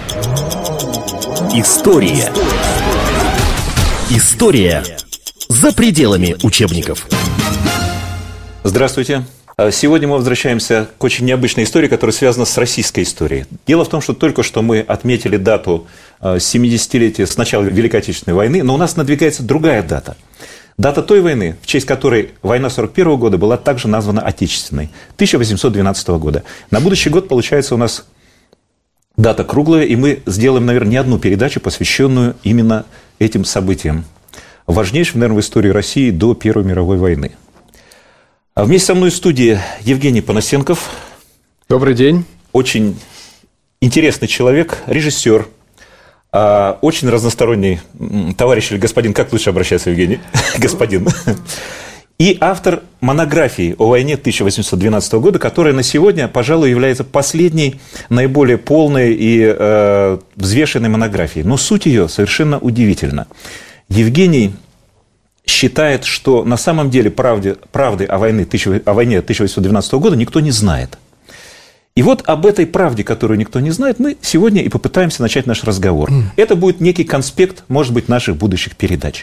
История. История за пределами учебников. Здравствуйте. Сегодня мы возвращаемся к очень необычной истории, которая связана с российской историей. Дело в том, что только что мы отметили дату 70-летия с начала Великой Отечественной войны, но у нас надвигается другая дата. Дата той войны, в честь которой война 1941 года была также названа Отечественной, 1812 года. На будущий год, получается, у нас дата круглая, и мы сделаем, наверное, не одну передачу, посвященную именно этим событиям, важнейшим, наверное, в истории России до Первой мировой войны. А вместе со мной в студии Евгений Панасенков. Добрый день. Очень интересный человек, режиссер, очень разносторонний товарищ или господин, как лучше обращаться, Евгений? Господин. И автор монографии о войне 1812 года, которая на сегодня, пожалуй, является последней, наиболее полной и взвешенной монографией. Но суть ее совершенно удивительна. Евгений считает, что на самом деле правды о войне 1812 года никто не знает. И вот об этой правде, которую никто не знает, мы сегодня и попытаемся начать наш разговор. Это будет некий конспект, может быть, наших будущих передач.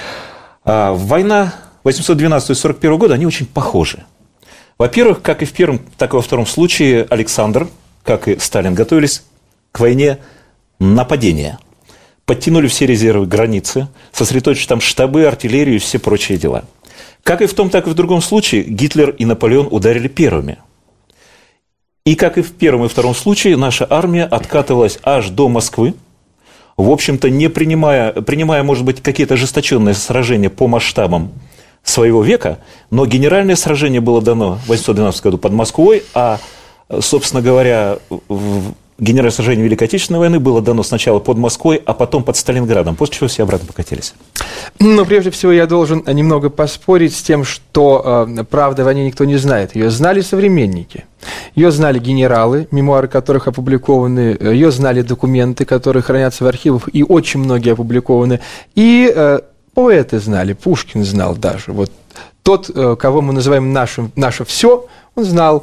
Война 1812 и 1841 года, они очень похожи. Во-первых, как и в первом, так и во втором случае, Александр, как и Сталин, готовились к войне нападения. Подтянули все резервы границы, сосредоточили там штабы, артиллерию и все прочие дела. Как и в том, так и в другом случае, Гитлер и Наполеон ударили первыми. И как и в первом и втором случае, наша армия откатывалась аж до Москвы, в общем-то, не принимая, может быть, какие-то ожесточенные сражения по масштабам своего века, но генеральное сражение было дано в 1812 году под Москвой, а, собственно говоря, генеральное сражение Великой Отечественной войны было дано сначала под Москвой, а потом под Сталинградом, после чего все обратно покатились. Но прежде всего я должен немного поспорить с тем, что правды о войне никто не знает. Ее знали современники. Ее знали генералы, мемуары которых опубликованы, ее знали документы, которые хранятся в архивах, и очень многие опубликованы. И поэты знали, Пушкин знал даже. Вот тот, кого мы называем наше все, он знал.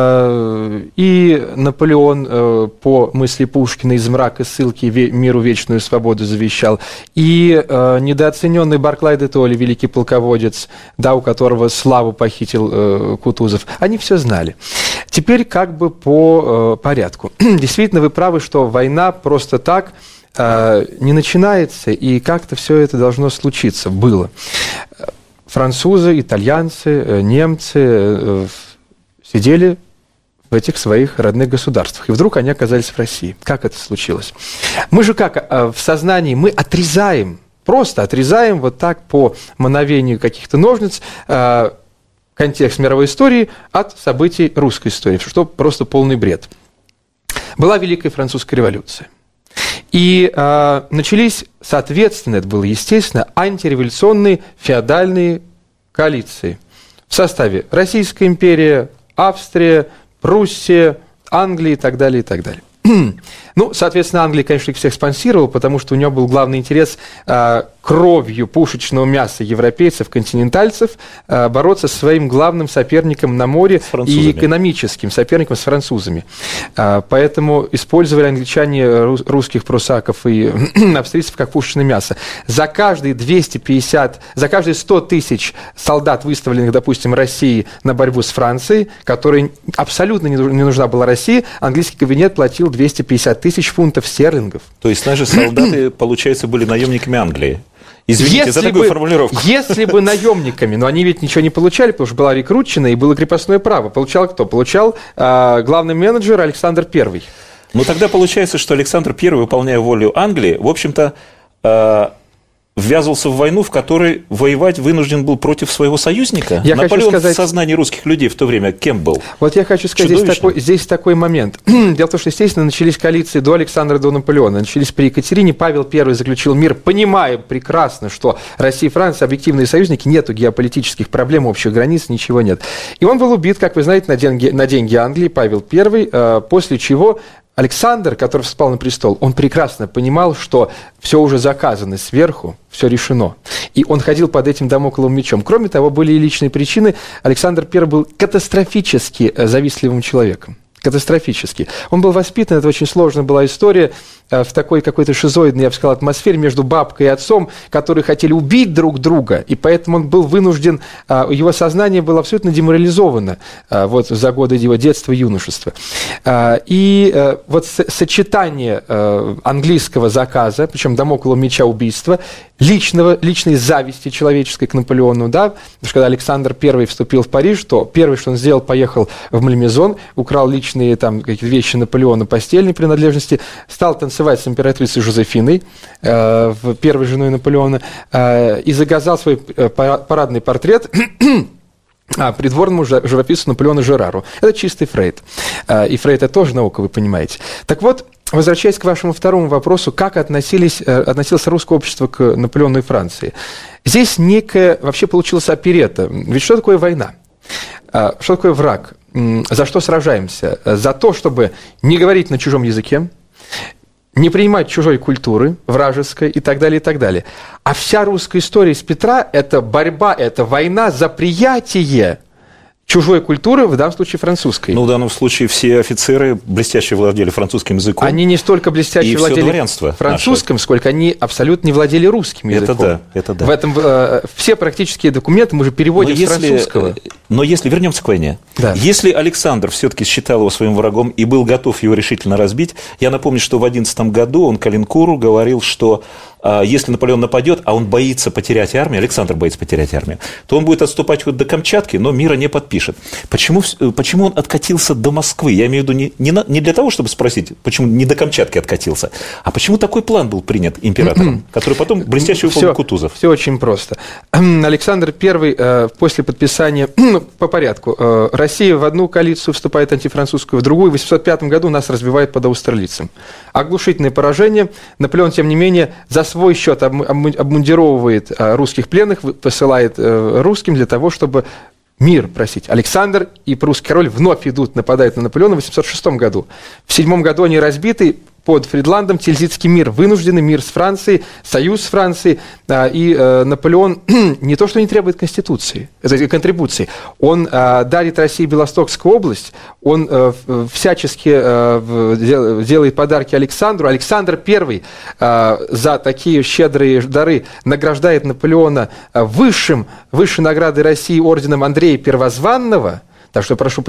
И Наполеон, по мысли Пушкина, из мрака ссылки миру вечную свободу завещал. И недооцененный Барклай де Толли, великий полководец, да, у которого славу похитил Кутузов, они все знали. Теперь как бы по порядку. Действительно, вы правы, что война просто так не начинается, и как-то все это должно случиться. Было. Французы, итальянцы, немцы сидели в этих своих родных государствах, и вдруг они оказались в России. Как это случилось? Мы же как в сознании, мы отрезаем, просто отрезаем вот так по мановению каких-то ножниц контекст мировой истории от событий русской истории, что просто полный бред. Была Великая Французская революция. И начались, соответственно, это было естественно, антиреволюционные феодальные коалиции в составе Российская империя, Австрия, Пруссия, Англия и так далее, и так далее. Ну, соответственно, Англия, конечно, их всех спонсировала, потому что у нее был главный интерес кровью пушечного мяса европейцев, континентальцев, бороться со своим главным соперником на море и экономическим соперником с французами. Поэтому использовали англичане русских прусаков и австрийцев как пушечное мясо. За каждые 100 тысяч солдат, выставленных, допустим, России на борьбу с Францией, которой абсолютно не нужна была Россия, английский кабинет платил 250 тысяч фунтов стерлингов. То есть наши солдаты, получается, были наемниками Англии. Извините за такую формулировку. Если бы наемниками, но они ведь ничего не получали, потому что была рекрутчина и было крепостное право. Получал кто? Получал главный менеджер Александр I. Ну, тогда получается, что Александр I, выполняя волю Англии, в общем-то, ввязывался в войну, в которой воевать вынужден был против своего союзника. Наполеон в сознании русских людей в то время кем был? Вот я хочу сказать, здесь такой момент. Дело в том, что, естественно, начались коалиции до Александра, до Наполеона. Начались при Екатерине. Павел I заключил мир, понимая прекрасно, что Россия и Франция объективные союзники, нету геополитических проблем, общих границ, ничего нет. И он был убит, как вы знаете, на деньги Англии, Павел I, после чего Александр, который встал на престол, он прекрасно понимал, что все уже заказано сверху, все решено. И он ходил под этим дамокловым мечом. Кроме того, были и личные причины. Александр I был катастрофически завистливым человеком. Катастрофически. Он был воспитан, это очень сложная была история, в такой какой-то шизоидной, я бы сказал, атмосфере между бабкой и отцом, которые хотели убить друг друга, и поэтому он был вынужден, его сознание было абсолютно деморализовано вот за годы его детства и юношества. И вот сочетание английского заказа, причем дамоклового меча убийства, личной зависти человеческой к Наполеону, да, потому что когда Александр I вступил в Париж, то первое, что он сделал, поехал в Мальмезон, украл личные там какие-то вещи Наполеона, постельные принадлежности, стал танцевать с императрицей Жозефиной, первой женой Наполеона, и заказал свой парадный портрет придворному живописцу Наполеону Жерару. Это чистый Фрейд. И Фрейд – это тоже наука, вы понимаете. Так вот, возвращаясь к вашему второму вопросу, как относилось русское общество к Наполеону и Франции. Здесь некая вообще получилась оперетта. Ведь что такое война? Что такое враг? За что сражаемся? За то, чтобы не говорить на чужом языке, не принимать чужой культуры, вражеской и так далее, и так далее. А вся русская история с Петра – это борьба, это война за приятие чужой культуры, в данном случае французской. Ну, в данном случае все офицеры блестяще владели французским языком. Они не столько блестяще владели французским, сколько они абсолютно не владели русским языком. Это да. В этом все практические документы мы же переводим с французского. Но если вернемся к войне, да. Если Александр все-таки считал его своим врагом и был готов его решительно разбить, я напомню, что в 11 году он Калинкуру говорил, что если Наполеон нападет, а он боится потерять армию, Александр боится потерять армию, то он будет отступать хоть до Камчатки, но мира не подпишет. Почему он откатился до Москвы? Я имею в виду не для того, чтобы спросить, почему не до Камчатки откатился, а почему такой план был принят императором, который потом блестяще выполнил Кутузов? Все очень просто. Александр I после подписания, по порядку, Россия в одну коалицию вступает антифранцузскую, в другую. В 1805 году нас разбивает под австралийцем. Оглушительное поражение. Наполеон, тем не менее, за свой счет обмундировывает русских пленных, посылает русским для того, чтобы мир просить. Александр и прусский король вновь идут, нападают на Наполеона в 806 году. В 7 году они разбиты под Фридландом, Тильзитский мир, вынужденный мир с Францией, союз с Францией, и Наполеон не то, что не требует конституции, контрибуции, он дарит России Белостокскую область, он всячески делает подарки Александру. Александр I за такие щедрые дары награждает Наполеона высшей наградой России орденом Андрея Первозванного. Так что прошу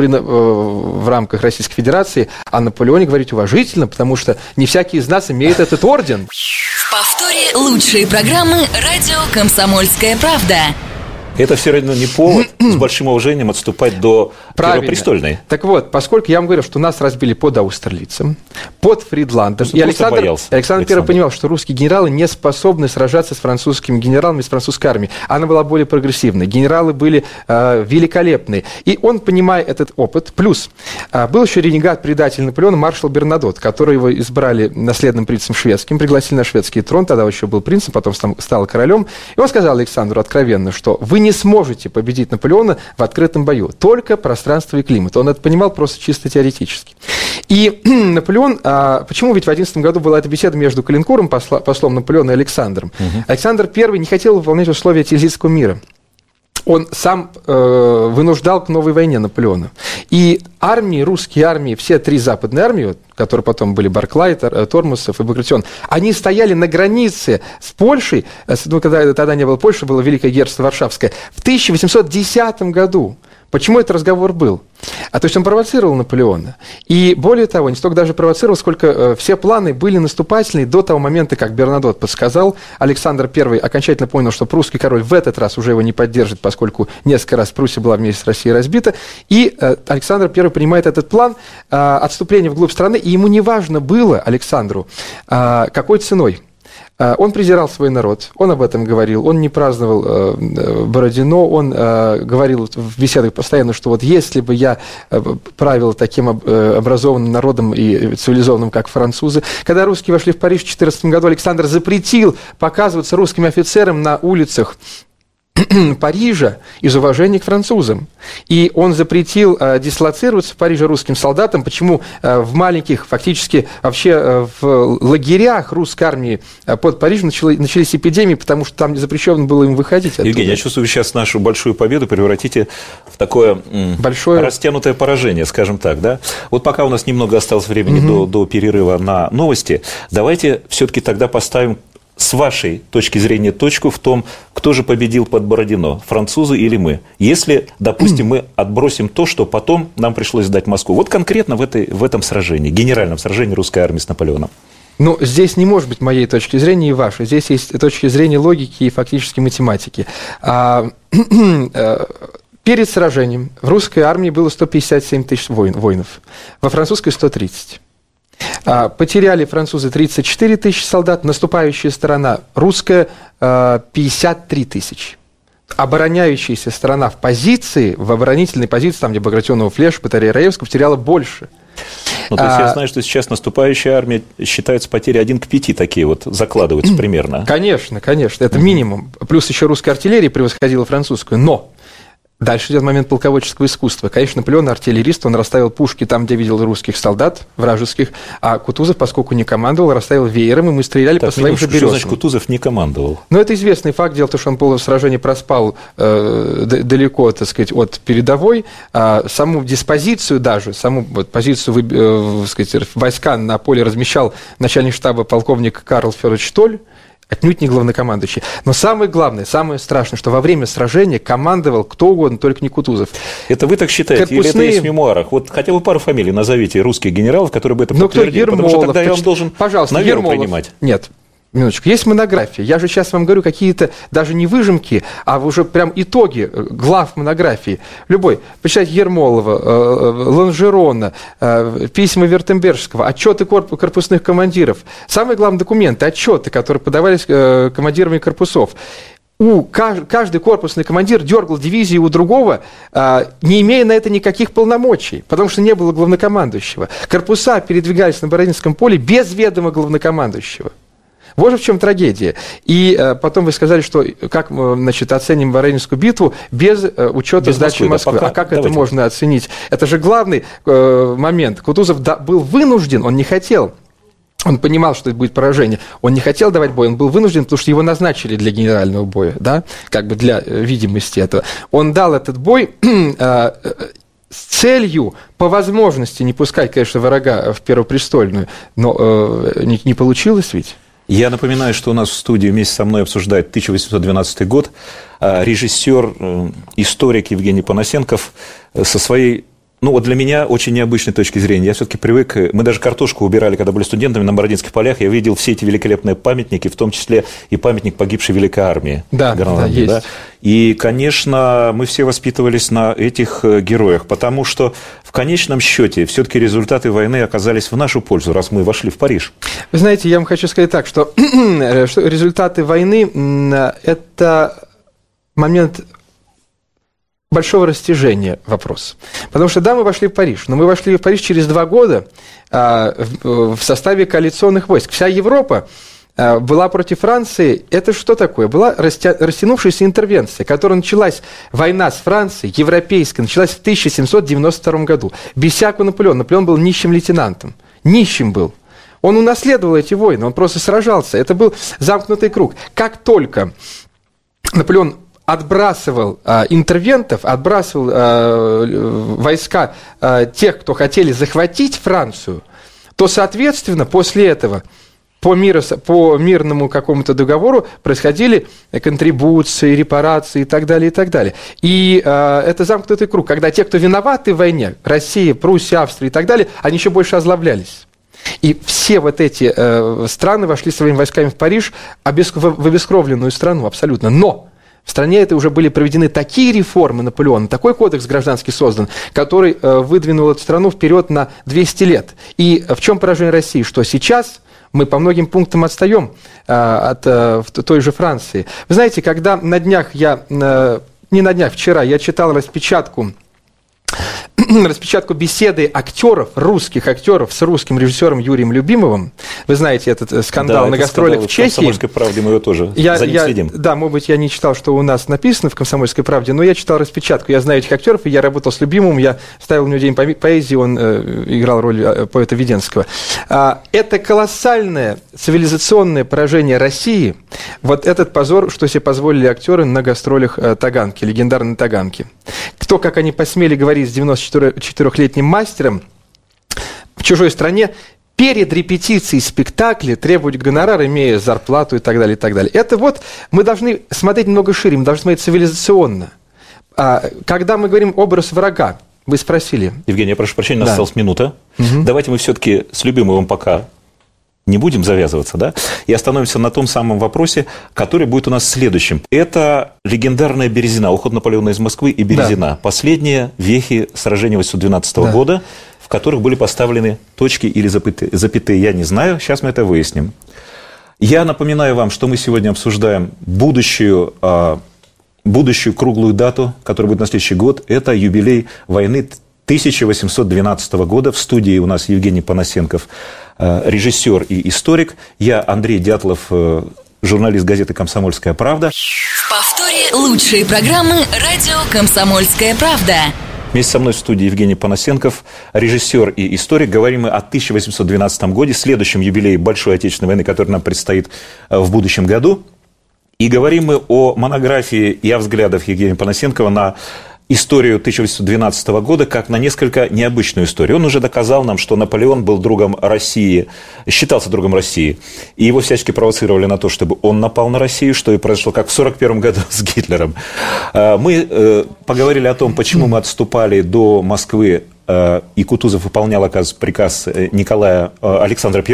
в рамках Российской Федерации о Наполеоне говорить уважительно, потому что не всякий из нас имеет этот орден. В повторе лучшие программы «Радио Комсомольская правда». Это все равно не повод с большим уважением отступать до Первопрестольной. Так вот, поскольку я вам говорил, что нас разбили под австралийцем, под Фридландом, и Александр I понимал, что русские генералы не способны сражаться с французскими генералами, с французской армией. Она была более прогрессивной, генералы были великолепные. И он, понимая этот опыт, плюс был еще ренегат-предатель Наполеона маршал Бернадотт, который его избрали наследным принцем шведским, пригласили на шведский трон, тогда еще был принцем, потом стал королем. И он сказал Александру откровенно, что вы не сможете победить Наполеона в открытом бою, только пространство и климат. Он это понимал просто чисто теоретически. И Наполеон, почему ведь в 11 году была эта беседа между Калинкуром, послом Наполеона, и Александром? Александр I не хотел выполнять условия Тильзитского мира. Он сам вынуждал к новой войне Наполеона. И армии, русские армии, все три западные армии, которые потом были Барклай, Тормусов и Багратион, они стояли на границе с Польшей, когда тогда не было Польши, было Великое герцогство Варшавское, в 1810 году. Почему этот разговор был? То есть он провоцировал Наполеона. И более того, не столько даже провоцировал, сколько все планы были наступательные до того момента, как Бернадотт подсказал. Александр I окончательно понял, что прусский король в этот раз уже его не поддержит, поскольку несколько раз Пруссия была вместе с Россией разбита. И Александр I принимает этот план отступления вглубь страны, и ему не важно было, Александру, какой ценой. Он презирал свой народ, он об этом говорил, он не праздновал Бородино, он говорил в беседах постоянно, что вот если бы я правил таким образованным народом и цивилизованным, как французы. Когда русские вошли в Париж в 14 году, Александр запретил показываться русским офицерам на улицах Парижа из уважения к французам. И он запретил дислоцироваться в Париже русским солдатам. Почему в маленьких, фактически вообще в лагерях русской армии под Парижем начались эпидемии, потому что там запрещено было им выходить оттуда. Евгений, я чувствую, вы сейчас нашу большую победу превратите в такое растянутое поражение, скажем так, да? Вот пока у нас немного осталось времени до перерыва на новости, давайте все-таки тогда поставим с вашей точки зрения точку в том, кто же победил под Бородино, французы или мы. Если, допустим, мы отбросим то, что потом нам пришлось сдать Москву. Вот конкретно в этом сражении, генеральном сражении русской армии с Наполеоном. Ну, здесь не может быть моей точки зрения и вашей. Здесь есть точки зрения логики и фактически математики. Перед сражением в русской армии было 157 тысяч воинов, во французской 130. Потеряли французы 34 тысячи солдат, наступающая сторона русская 53 тысячи. Обороняющаяся сторона в оборонительной позиции, там, где Багратионова Флеш, батарея Раевского, потеряла больше. Ну, то есть я знаю, что сейчас наступающая армия считается потери 1 к 5, такие вот закладываются примерно. Конечно, это минимум. Плюс еще русская артиллерия превосходила французскую. Но дальше идет момент полководческого искусства. Конечно, Наполеон артиллерист, он расставил пушки там, где видел русских солдат, вражеских, а Кутузов, поскольку не командовал, расставил веером, и мы стреляли по своим же березам. Что значит Кутузов не командовал? Ну, это известный факт. Дело в том, что он в сражении проспал далеко, так сказать, от передовой. Саму диспозицию даже, саму позицию, сказать, войска на поле размещал начальник штаба полковник Карл Федорович Штоль, отнюдь не главнокомандующий. Но самое главное, самое страшное, что во время сражения командовал кто угодно, только не Кутузов. Это вы так считаете? Или это есть в мемуарах? Вот хотя бы пару фамилий назовите русских генералов, которые бы это подтвердили. Ермолов, потому что тогда я вам должен на веру принимать. Нет. Минуточку. Есть монография. Я же сейчас вам говорю какие-то даже не выжимки, а уже прям итоги глав монографии. Любой. Почитайте Ермолова, Лонжерона, письма Вертембержского, отчеты корпусных командиров. Самые главные документы, отчеты, которые подавались командирами корпусов. Каждый корпусный командир дергал дивизии у другого, не имея на это никаких полномочий, потому что не было главнокомандующего. Корпуса передвигались на Бородинском поле без ведома главнокомандующего. Вот же в чем трагедия. И потом вы сказали, что как, значит, оценим Бородинскую битву без учета сдачи Москвы. Да, как это можно оценить? Это же главный момент. Кутузов был вынужден, он не хотел. Он понимал, что это будет поражение. Он не хотел давать бой, он был вынужден, потому что его назначили для генерального боя, да, как бы для видимости этого. Он дал этот бой с целью, по возможности, не пускать, конечно, врага в Первопрестольную, но не получилось ведь. Я напоминаю, что у нас в студии вместе со мной обсуждает 1812 год режиссер, историк Евгений Панасенков со своей, ну вот для меня очень необычной точки зрения. Я все-таки привык, мы даже картошку убирали, когда были студентами на Бородинских полях, я видел все эти великолепные памятники, в том числе и памятник погибшей Великой армии. Да, есть. Да? И, конечно, мы все воспитывались на этих героях, потому что в конечном счете все-таки результаты войны оказались в нашу пользу, раз мы вошли в Париж. Вы знаете, я вам хочу сказать так, что результаты войны – это момент большого растяжения вопрос. Потому что, да, мы вошли в Париж, но мы вошли в Париж через 2 года в составе коалиционных войск. Вся Европа была против Франции. Это что такое? Была растянувшаяся интервенция, которая началась, война с Францией, европейская, началась в 1792 году. Без всякого Наполеона. Наполеон был нищим лейтенантом. Нищим был. Он унаследовал эти войны, он просто сражался. Это был замкнутый круг. Как только Наполеон отбрасывал интервентов, отбрасывал войска тех, кто хотели захватить Францию, то, соответственно, после этого по мирному какому-то договору происходили контрибуции, репарации и так далее, и так далее. И это замкнутый круг, когда те, кто виноваты в войне, Россия, Пруссия, Австрия и так далее, они еще больше озлоблялись. И все вот эти страны вошли своими войсками в Париж, в обескровленную страну абсолютно. Но в стране это уже были проведены такие реформы Наполеона, такой кодекс гражданский создан, который выдвинул эту страну вперед на 200 лет. И в чем поражение России? Что сейчас мы по многим пунктам отстаем от той же Франции. Вы знаете, когда вчера я читал распечатку распечатку беседы актеров, русских актеров с русским режиссером Юрием Любимовым. Вы знаете этот скандал на гастролях в Чехии. В «Комсомольской правде» мы его тоже за ним следим. Да, может быть, я не читал, что у нас написано в «Комсомольской правде», но я читал распечатку. Я знаю этих актеров, и я работал с Любимовым, я ставил у него день поэзии, он играл роль поэта Веденского. Это колоссальное цивилизационное поражение России, вот этот позор, что себе позволили актеры на гастролях Таганки, легендарной Таганки. Кто, как они посмели говорить с 94-летним мастером в чужой стране, перед репетицией спектакля требовать гонорар, имея зарплату и так далее, и так далее. Это вот мы должны смотреть немного шире, мы должны смотреть цивилизационно. Когда мы говорим образ врага, вы спросили. Евгений, я прошу прощения, у нас осталась минута. Угу. Давайте мы все-таки с Любимовым пока не будем завязываться, да, и остановимся на том самом вопросе, который будет у нас следующим. Это легендарная Березина, уход Наполеона из Москвы и Березина. Да. Последние вехи сражения 812 года, в которых были поставлены точки или запятые. Я не знаю, сейчас мы это выясним. Я напоминаю вам, что мы сегодня обсуждаем будущую круглую дату, которая будет на следующий год. Это юбилей войны 1812 года. В студии у нас Евгений Панасенков, режиссер и историк. Я Андрей Дятлов, журналист газеты «Комсомольская правда». В повторе лучшие программы «Радио Комсомольская правда». Вместе со мной в студии Евгений Панасенков, режиссер и историк. Говорим мы о 1812 годе, следующем юбилее Большой Отечественной войны, который нам предстоит в будущем году. И говорим мы о монографии и о взглядах Евгения Панасенкова на историю 1812 года как на несколько необычную историю. Он уже доказал нам, что Наполеон был другом России, считался другом России, и его всячески провоцировали на то, чтобы он напал на Россию, что и произошло, как в 1941 году с Гитлером. Мы поговорили о том, почему мы отступали до Москвы, и Кутузов выполнял, оказывается, приказ Александра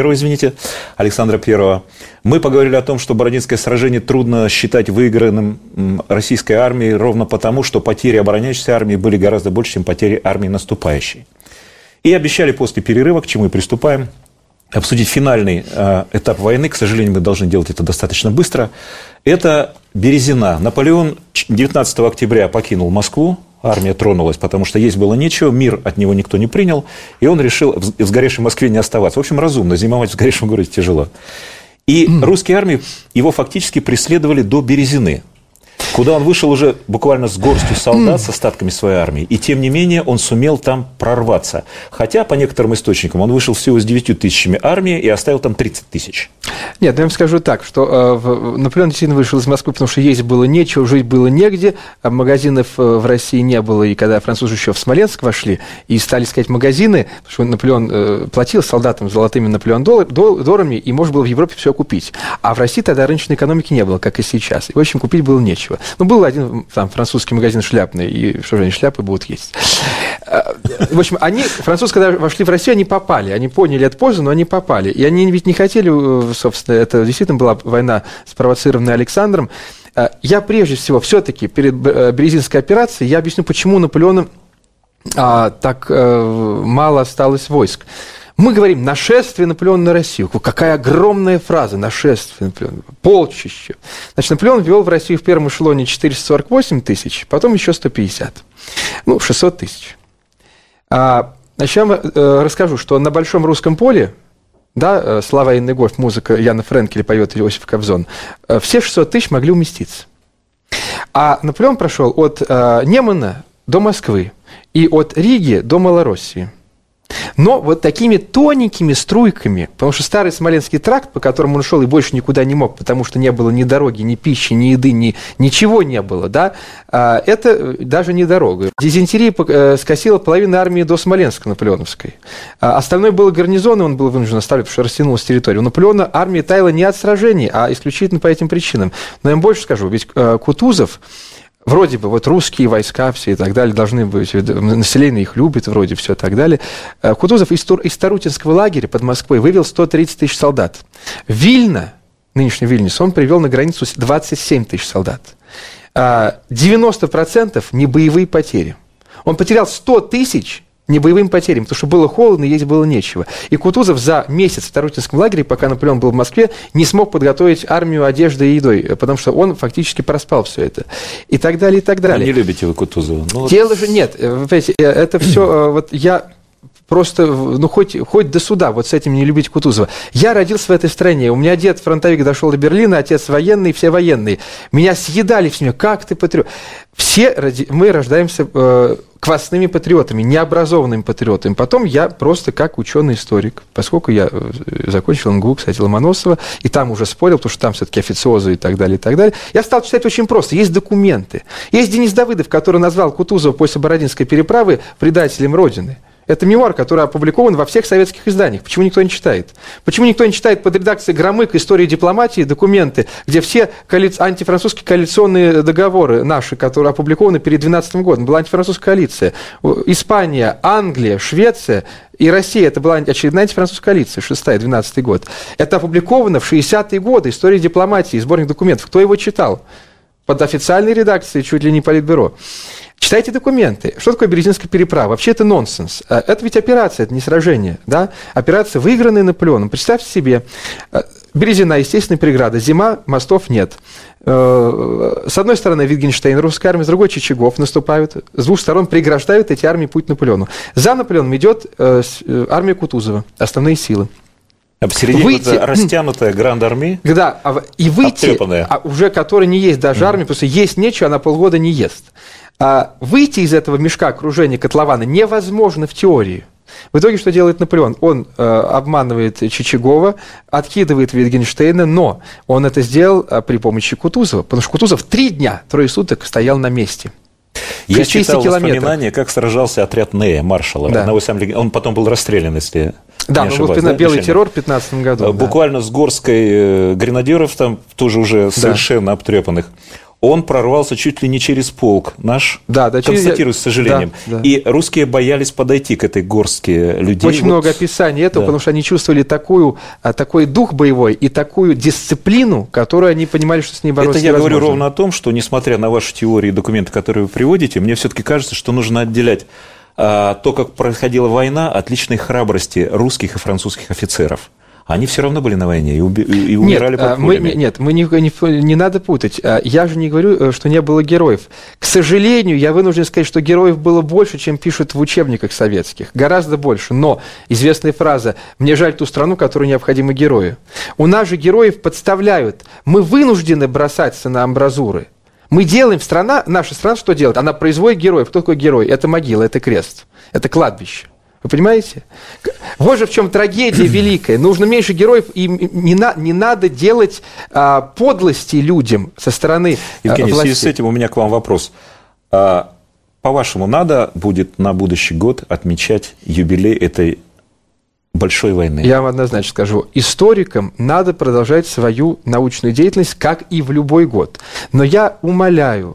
I. Мы поговорили о том, что Бородинское сражение трудно считать выигранным российской армией ровно потому, что потери обороняющейся армии были гораздо больше, чем потери армии наступающей. И обещали после перерыва, к чему и приступаем, обсудить финальный этап войны. К сожалению, мы должны делать это достаточно быстро. Это Березина. Наполеон 19 октября покинул Москву. Армия тронулась, потому что есть было нечего, мир от него никто не принял, и он решил в сгоревшей Москве не оставаться. В общем, разумно, зимовать в сгоревшем городе тяжело. И русские армии его фактически преследовали до Березины, куда он вышел уже буквально с горстью солдат, с остатками своей армии, и тем не менее он сумел там прорваться. Хотя, по некоторым источникам, он вышел всего с 9 тысячами армии и оставил там 30 тысяч. Нет, я вам скажу так, что Наполеон действительно вышел из Москвы, потому что есть было нечего, жить было негде, магазинов в России не было, и когда французы еще в Смоленск вошли и стали искать магазины, потому что Наполеон платил солдатам золотыми долларами, и можно было в Европе все купить. А в России тогда рыночной экономики не было, как и сейчас. И, в общем, купить было нечего. Ну, был один там французский магазин шляпный, и что же они шляпы будут есть. В общем, французы, когда вошли в Россию, они попали. Они поняли это поздно, но они попали. И они ведь не хотели, собственно, это действительно была война, спровоцированная Александром. Я прежде всего, все-таки перед Березинской операцией, я объясню, почему у Наполеона так мало осталось войск. Мы говорим «нашествие Наполеона на Россию». Какая огромная фраза «нашествие Наполеона», полчища. Значит, Наполеон ввел в Россию в первом эшелоне 448 тысяч, потом еще 150. 600 тысяч. Значит, я вам расскажу, что на Большом русском поле, да, «Слава военный гольф», музыка Яна Френкеля поет Иосиф Кобзон, все 600 тысяч могли уместиться. А Наполеон прошел от Немана до Москвы и от Риги до Малороссии. Но вот такими тоненькими струйками, потому что старый Смоленский тракт, по которому он шел и больше никуда не мог, потому что не было ни дороги, ни пищи, ни еды, ничего не было, да, это даже не дорога. Дизентерия скосила половину армии до Смоленска наполеоновской. Остальное было гарнизон, и он был вынужден оставить, потому что растянулась территория. У Наполеона армия таяла не от сражений, а исключительно по этим причинам. Но я вам больше скажу, ведь Кутузов, вроде бы вот русские войска все и так далее должны быть, население их любит, вроде все и так далее. Кутузов из Тарутинского лагеря под Москвой вывел 130 тысяч солдат. Вильно, нынешний Вильнюс, он привел на границу 27 тысяч солдат. 90% не боевые потери. Он потерял 100 тысяч Не боевым потерям, потому что было холодно, есть было нечего. И Кутузов за месяц в Тарутинском лагере, пока Наполеон был в Москве, не смог подготовить армию одеждой и едой, потому что он фактически проспал все это. И так далее, и так далее. Не любите вы Кутузова? Дело же нет. Вы понимаете, это все... Вот я... Просто, хоть до суда, вот с этим не любить Кутузова. Я родился в этой стране, у меня дед фронтовик дошел до Берлина, отец военный, все военные. Меня съедали в семье, как ты патриот? Мы рождаемся квасными патриотами, необразованными патриотами. Потом я просто как ученый-историк, поскольку я закончил МГУ, кстати, Ломоносова, и там уже спорил, потому что там все-таки официозы и так далее, я стал читать очень просто. Есть документы. Есть Денис Давыдов, который назвал Кутузова после Бородинской переправы предателем Родины. Это мемуар, который опубликован во всех советских изданиях. Почему никто не читает? Почему никто не читает под редакцией Громык «Истории дипломатии» документы, где все антифранцузские коалиционные договоры наши, которые опубликованы перед 2012 годом, была антифранцузская коалиция. Испания, Англия, Швеция и Россия. Это была очередная антифранцузская коалиция, 6-12 год. Это опубликовано в 60-е годы. «История дипломатии», сборник документов. Кто его читал? Под официальной редакцией, чуть ли не Политбюро. Читайте документы. Что такое Березинская переправа? Вообще это нонсенс. Это ведь операция, это не сражение. Да? Операция, выигранная Наполеоном. Представьте себе, Березина, естественная преграда, зима, мостов нет. С одной стороны Витгенштейн, русская армия, с другой Чичагов наступают. С двух сторон преграждают эти армии путь Наполеону. За Наполеоном идет армия Кутузова, основные силы. А посередине растянутая гранд-армия, да, и выйти, уже которой не есть даже армия, потому что есть нечего, она полгода не ест. Выйти из этого мешка окружения котлована невозможно в теории. В итоге что делает Наполеон? Он обманывает Чичагова, откидывает Витгенштейна, но он это сделал при помощи Кутузова, потому что Кутузов 3 дня, 3 суток стоял на месте. Я читал воспоминания, как сражался отряд Нея, маршала. Да. Он потом был расстрелян, если да, не ошибаюсь. Да, белый террор в 15 году. Буквально с горской гренадеров, там тоже уже совершенно обтрепанных. Он прорвался чуть ли не через полк наш, констатирую с сожалением. Да. И русские боялись подойти к этой горстке людей. Очень много описаний этого, потому что они чувствовали такой дух боевой и такую дисциплину, которую они понимали, что с ней бороться невозможно. Это я говорю ровно о том, что, несмотря на ваши теории и документы, которые вы приводите, мне все-таки кажется, что нужно отделять то, как происходила война, от личной храбрости русских и французских офицеров. Они все равно были на войне и умирали под пулями. Не надо путать. Я же не говорю, что не было героев. К сожалению, я вынужден сказать, что героев было больше, чем пишут в учебниках советских. Гораздо больше. Но известная фраза «мне жаль ту страну, которой необходимы герои». У нас же героев подставляют. Мы вынуждены бросаться на амбразуры. Мы делаем, наша страна что делает? Она производит героев. Кто такой герой? Это могила, это крест, это кладбище. Вы понимаете? Вот же в чем трагедия великая. Нужно меньше героев, и не надо делать подлости людям со стороны Евгений, властей. В связи с этим у меня к вам вопрос. По-вашему, надо будет на будущий год отмечать юбилей этой большой войны? Я вам однозначно скажу. Историкам надо продолжать свою научную деятельность, как и в любой год. Но я умоляю,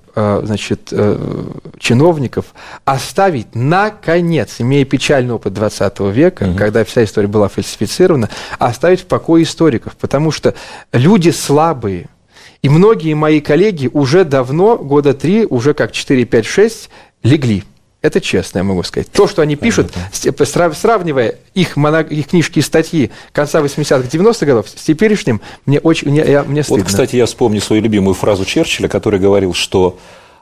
чиновников оставить, наконец, имея печальный опыт 20 века, когда вся история была фальсифицирована, оставить в покое историков, потому что люди слабые. И многие мои коллеги уже давно, года 3, уже как 4, 5, 6, легли. Это честно, я могу сказать. То, что они пишут, сравнивая их книжки и статьи конца 80-х, 90-х годов с теперешним, мне стыдно. Вот, кстати, я вспомню свою любимую фразу Черчилля, который говорил, что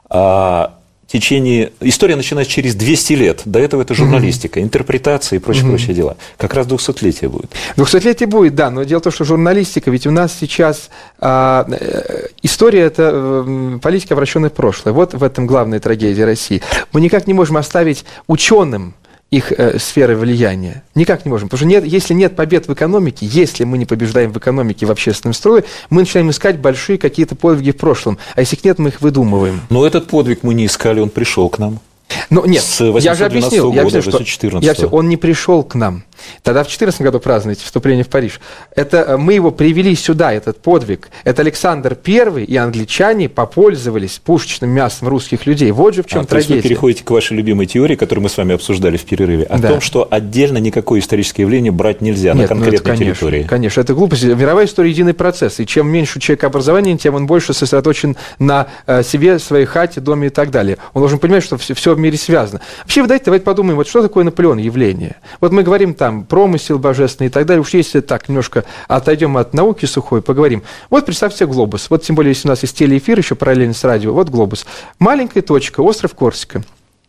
история начинается через 200 лет. До этого это журналистика, интерпретация и прочие дела. Как раз 200-летие будет. 200-летие будет, да, но дело в том, что журналистика, ведь у нас сейчас история – это политика, обращенная в прошлое. Вот в этом главная трагедия России. Мы никак не можем оставить ученым их сферы влияния. Никак не можем. Потому что если нет побед в экономике, если мы не побеждаем в экономике, в общественном строе, мы начинаем искать большие какие-то подвиги в прошлом. А если их нет, мы их выдумываем. Но этот подвиг мы не искали, он пришел к нам. Но нет, я же объяснил, что он не пришел к нам. Тогда в 2014 году празднуете вступление в Париж. Это мы его привели сюда, этот подвиг. Это Александр I и англичане попользовались пушечным мясом русских людей. Вот же в чем трагедия. То есть вы переходите к вашей любимой теории, которую мы с вами обсуждали в перерыве, о том, что отдельно никакое историческое явление брать нельзя на конкретной территории. Конечно, это глупость. Мировая история – единый процесс. И чем меньше у человека образования, тем он больше сосредоточен на себе, своей хате, доме и так далее. Он должен понимать, что все в мире связано. Вообще, давайте подумаем, вот что такое Наполеон явление. Вот мы говорим там промысел божественный и так далее. Уж если так немножко отойдем от науки сухой, поговорим. Вот представьте себе глобус. Вот тем более, если у нас есть телеэфир еще параллельно с радио. Вот глобус. Маленькая точка, остров Корсика.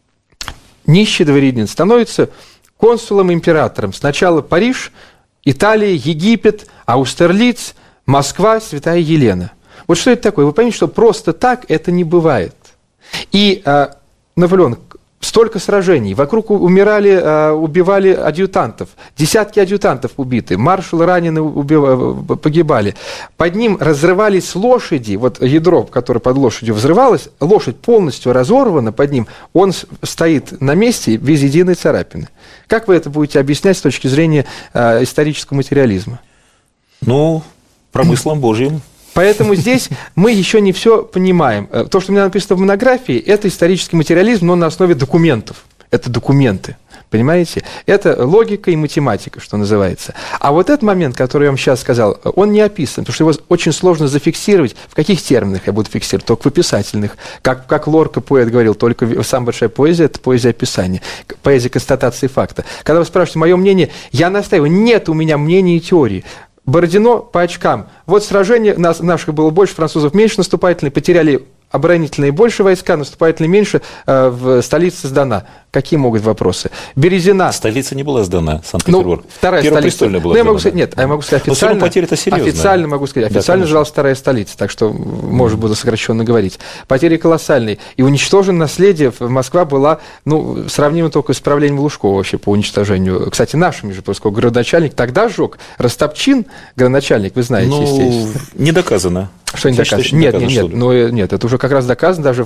Нищий дворянин становится консулом-императором. Сначала Париж, Италия, Египет, Аустерлиц, Москва, Святая Елена. Вот что это такое? Вы поймите, что просто так это не бывает. И Наполеон... Столько сражений. Вокруг убивали адъютантов. Десятки адъютантов убиты. Маршалы ранены, погибали. Под ним разрывались лошади. Вот ядро, которое под лошадью взрывалось, лошадь полностью разорвана под ним. Он стоит на месте без единой царапины. Как вы это будете объяснять с точки зрения исторического материализма? Промыслом Божьим. Поэтому здесь мы еще не все понимаем. То, что у меня написано в монографии, это исторический материализм, но на основе документов. Это документы, понимаете? Это логика и математика, что называется. А вот этот момент, который я вам сейчас сказал, он не описан, потому что его очень сложно зафиксировать. В каких терминах я буду фиксировать? Только в описательных. Как Лорка, поэт, говорил, только самая большая поэзия – это поэзия описания, поэзия констатации факта. Когда вы спрашиваете мое мнение, я настаиваю, нет у меня мнения и теории. Бородино по очкам. Вот сражение наших было больше, французов меньше, наступательные, потеряли оборонительные больше войска, наступательные меньше, в столице сдана. Какие могут быть вопросы? Березина. Столица не была сдана, Санкт-Петербург. Вторая столица. была сдана. Я могу сказать, нет, я могу сказать официально. Но потеря-то серьезная. Официально могу сказать. Официально ждалась вторая столица, так что, может, буду сокращенно говорить. Потери колоссальные. И уничтожено наследие. Москва была, сравнима только с правлением Лужкова вообще по уничтожению. Кстати, нашими же, поскольку городоначальник тогда сжег. Растопчин, городоначальник, вы знаете, естественно. Не доказано. Что не доказано? Нет, это уже как раз доказано даже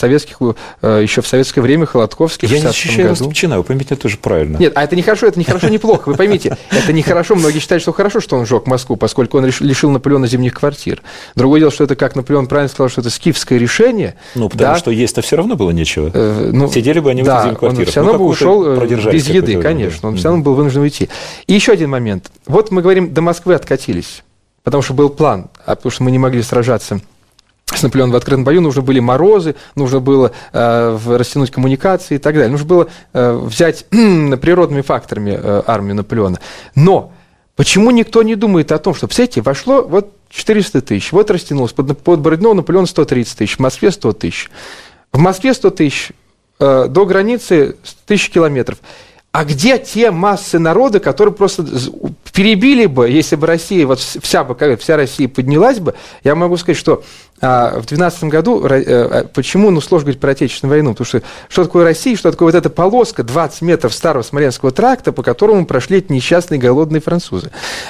еще в советское время Холодковский. Я не защищаю Растопчина, вы поймите, это тоже правильно. Нет, это не хорошо, не плохо, вы поймите. Это не хорошо, многие считают, что хорошо, что он сжег Москву, поскольку он лишил Наполеона зимних квартир. Другое дело, что это, как Наполеон правильно сказал, что это скифское решение. Потому что есть-то все равно было нечего. Сидели бы они в этих зимних квартирах. Он все равно бы ушел без еды, конечно. Он все равно был вынужден уйти. И еще один момент. Вот мы говорим, до Москвы откатились. Потому что был план, потому что мы не могли сражаться с Наполеоном в открытом бою, нужны были морозы, нужно было растянуть коммуникации и так далее. Нужно было взять природными факторами армию Наполеона. Но почему никто не думает о том, что, представляете, вошло 400 тысяч, растянулось, под Бородино Наполеон 130 тысяч, в Москве 100 тысяч. В Москве 100 тысяч, до границы 1000 километров. А где те массы народа, которые просто перебили бы, если бы Россия, вся Россия поднялась бы? Я могу сказать, что в 2012 году, почему сложно говорить про Отечественную войну? Потому что такое Россия, что такое эта полоска 20 метров старого Смоленского тракта, по которому прошли эти несчастные голодные французы.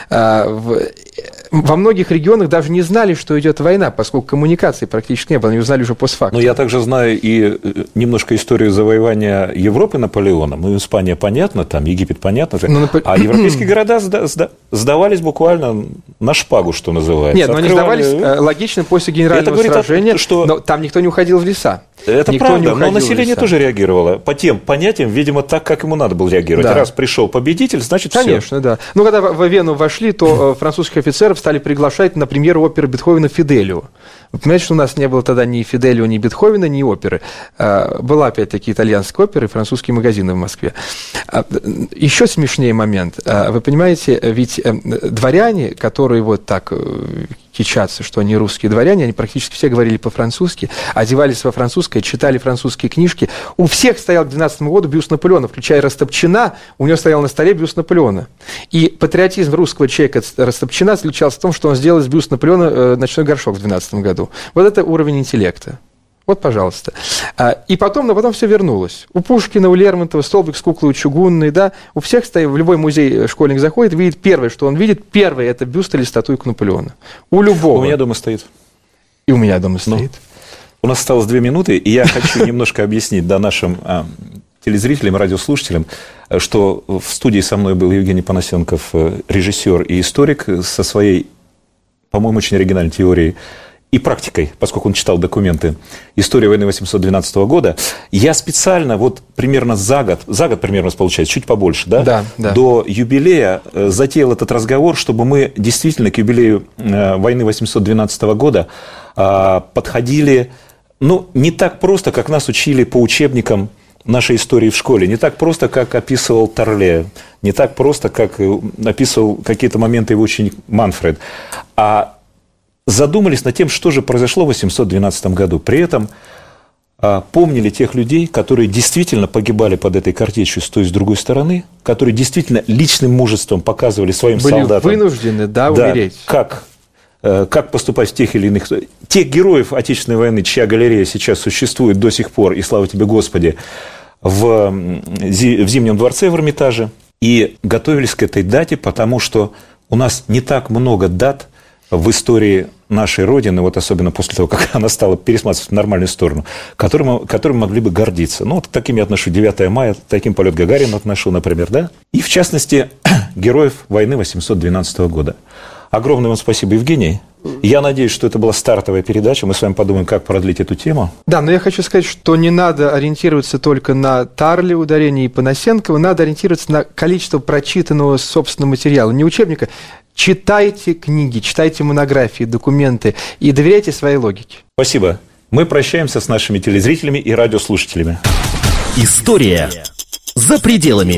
Во многих регионах даже не знали, что идет война, поскольку коммуникации практически не было, они узнали уже постфактум. Но я также знаю и немножко историю завоевания Европы Наполеоном. Испания понятно, там Египет понятно, а европейские города сдавались буквально на шпагу, что называется. Нет, но они сдавались логично после генерального сражения, но там никто не уходил в леса. Это правда, но население тоже реагировало по тем понятиям, видимо, так, как ему надо было реагировать. Да. Раз пришел победитель, значит, все. Конечно, да. Когда в Вену вошли, то французских офицеров стали приглашать на премьеру оперы Бетховена «Фиделио». Вы понимаете, что у нас не было тогда ни Фиделио, ни Бетховена, ни оперы. Была, опять-таки, итальянская опера и французские магазины в Москве. Еще смешнее момент. Вы понимаете, ведь дворяне, которые вот так кичатся, что они русские дворяне, они практически все говорили по-французски, одевались во французское, читали французские книжки. У всех стоял к 12 году бюст Наполеона, включая Растопчина, у него стоял на столе бюст Наполеона. И патриотизм русского человека Растопчина заключался в том, что он сделал из бюста Наполеона ночной горшок в 12 году. Вот это уровень интеллекта. Вот, пожалуйста. И потом все вернулось. У Пушкина, у Лермонтова, столбик с куклой чугунной, да, у всех стоит, в любой музей школьник заходит, видит первое, что он видит, первое – это бюст или статуйку Наполеона. У любого. У меня дома стоит. И у меня дома стоит. У нас осталось 2 минуты, и я хочу немножко объяснить нашим телезрителям, радиослушателям, что в студии со мной был Евгений Панасенков, режиссер и историк со своей, по-моему, очень оригинальной теорией и практикой, поскольку он читал документы «История войны 812 года». Я специально вот примерно за год примерно получается, чуть побольше, да? Да. До юбилея затеял этот разговор, чтобы мы действительно к юбилею войны 812 года подходили, ну, не так просто, как нас учили по учебникам нашей истории в школе, не так просто, как описывал Торле, не так просто, как описывал какие-то моменты его ученик Манфред, а задумались над тем, что же произошло в 812 году. При этом помнили тех людей, которые действительно погибали под этой картечью с той и с другой стороны, которые действительно личным мужеством показывали своим солдатам. Были вынуждены, умереть. Как поступать в тех или иных... Тех героев Отечественной войны, чья галерея сейчас существует до сих пор, и слава тебе, Господи, в Зимнем дворце в Эрмитаже. И готовились к этой дате, потому что у нас не так много дат в истории нашей Родины, вот особенно после того, как она стала пересматриваться в нормальную сторону, которым могли бы гордиться. Ну, вот таким я отношу 9 мая, таким полет Гагарина отношу, например, да? И, в частности, героев войны 812 года. Огромное вам спасибо, Евгений. Я надеюсь, что это была стартовая передача. Мы с вами подумаем, как продлить эту тему. Да, но я хочу сказать, что не надо ориентироваться только на Тарли, ударение и Панасенкова, надо ориентироваться на количество прочитанного собственного материала, не учебника. Читайте книги, читайте монографии, документы и доверяйте своей логике. Спасибо. Мы прощаемся с нашими телезрителями и радиослушателями. История за пределами